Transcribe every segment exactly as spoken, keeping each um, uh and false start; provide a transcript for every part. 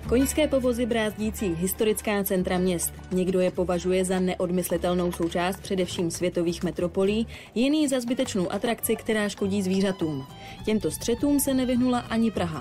Koňské povozy brázdící historická centra měst. Někdo je považuje za neodmyslitelnou součást především světových metropolí, jiný za zbytečnou atrakci, která škodí zvířatům. Těmto střetům se nevyhnula ani Praha.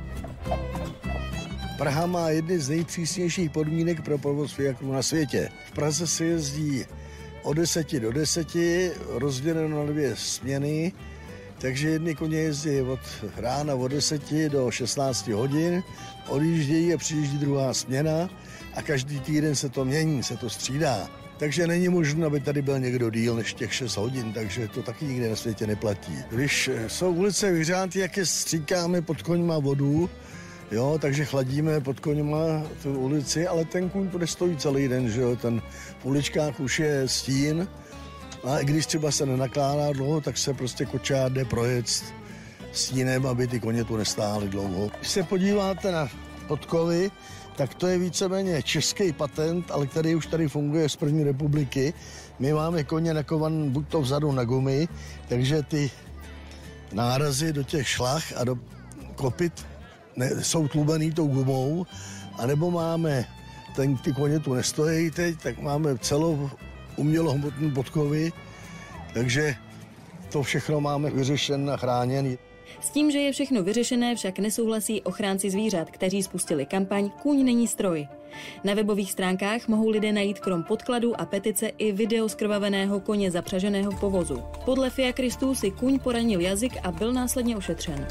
Praha má jedny z nejpřísnějších podmínek pro provoz fiakrů na světě. V Praze se jezdí od deseti do deseti, rozděleno na dvě směny, takže jedny koně jezdí od rána od deseti do šestnácti hodin, odjíždějí a přijíždí druhá směna a každý týden se to mění, se to střídá. Takže není možné, aby tady byl někdo díl než těch šest hodin, takže to taky nikde na světě neplatí. Když jsou ulice vyhřáty, jak je stříkáme pod koňma vodu, jo, takže chladíme pod koňma tu ulici, ale ten kůň to nestojí celý den, že jo, ten v uličkách už je stín a když třeba se nenakládá dlouho, tak se prostě kočár jde projet stínem, aby ty koně tu nestály dlouho. Když se podíváte na podkovy, tak to je víceméně český patent, ale který už tady funguje z první republiky. My máme koně nakovan buď to vzadu na gumy, takže ty nárazy do těch šlach a do kopyt ne, jsou tlubený tou gumou, anebo máme, ten, ty koně tu nestojí teď, tak máme celou umělohmotnou podkovy, takže to všechno máme vyřešené a chráněné. S tím, že je všechno vyřešené, však nesouhlasí ochránci zvířat, kteří spustili kampaň Kůň není stroj. Na webových stránkách mohou lidé najít krom podkladů a petice i video zkrvaveného koně zapřaženého v povozu. Podle fiakristů si kůň poranil jazyk a byl následně ošetřen.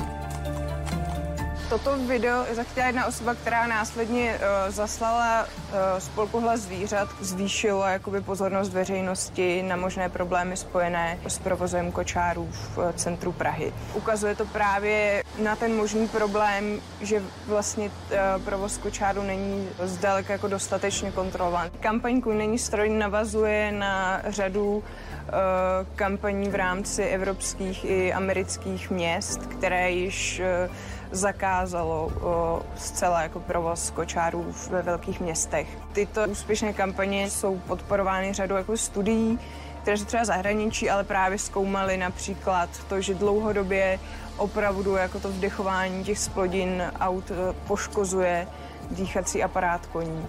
Toto video zachytila jedna osoba, která následně uh, zaslala uh, spolku Hlas zvířat, zvýšilo jakoby pozornost veřejnosti na možné problémy spojené s provozem kočárů v uh, centru Prahy. Ukazuje to právě na ten možný problém, že vlastně uh, provoz kočárů není zdaleka jako dostatečně kontrolován. Kampaň Kůň není stroj navazuje na řadu uh, kampaní v rámci evropských i amerických měst, které již uh, zakázalo o, zcela jako provoz kočárů ve velkých městech. Tyto úspěšné kampaně jsou podporovány řadou jako studií, které jsou třeba zahraničí, ale právě zkoumaly například to, že dlouhodobě opravdu jako to vdechování těch zplodin aut poškozuje dýchací aparát koní.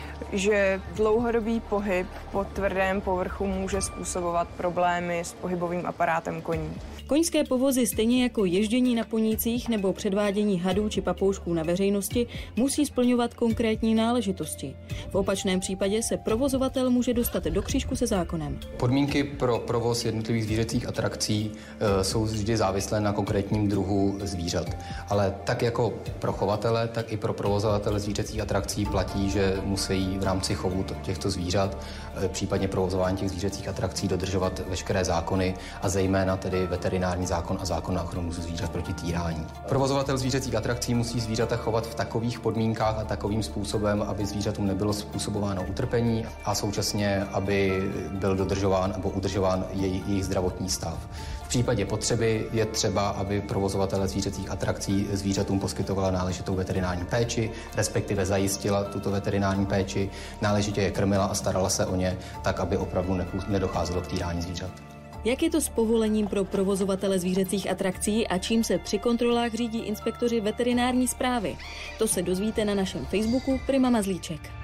Že dlouhodobý pohyb po tvrdém povrchu může způsobovat problémy s pohybovým aparátem koní. Koňské povozy, stejně jako ježdění na ponících nebo předvádění hadů či papoušků na veřejnosti, musí splňovat konkrétní náležitosti. V opačném případě se provozovatel může dostat do křížku se zákonem. Podmínky pro provoz jednotlivých zvířecích atrakcí e, jsou vždy závislé na konkrétním druhu zvířat. Ale tak jako pro chovatele, tak i pro provozovatele zvířecích atrakcí platí, že musí v rámci chovu těchto zvířat, e, případně provozování těch zvířecích atrakcí dodržovat veškeré zákony a zejména tedy veterinární zákon a zákon na ochranu zvířat proti týrání. Provozovatel zvířecích atrakcí musí zvířata chovat v takových podmínkách a takovým způsobem, aby zvířatům nebylo způsobováno utrpení a současně, aby byl dodržován nebo udržován jej, jejich zdravotní stav. V případě potřeby je třeba, aby provozovatele zvířecích atrakcí zvířatům poskytovala náležitou veterinární péči, respektive zajistila tuto veterinární péči, náležitě je krmila a starala se o ně, tak aby opravdu nedocházelo k týrání zvířat. Jak je to s povolením pro provozovatele zvířecích atrakcí a čím se při kontrolách řídí inspektoři veterinární správy? To se dozvíte na našem Facebooku Prima Mazlíček.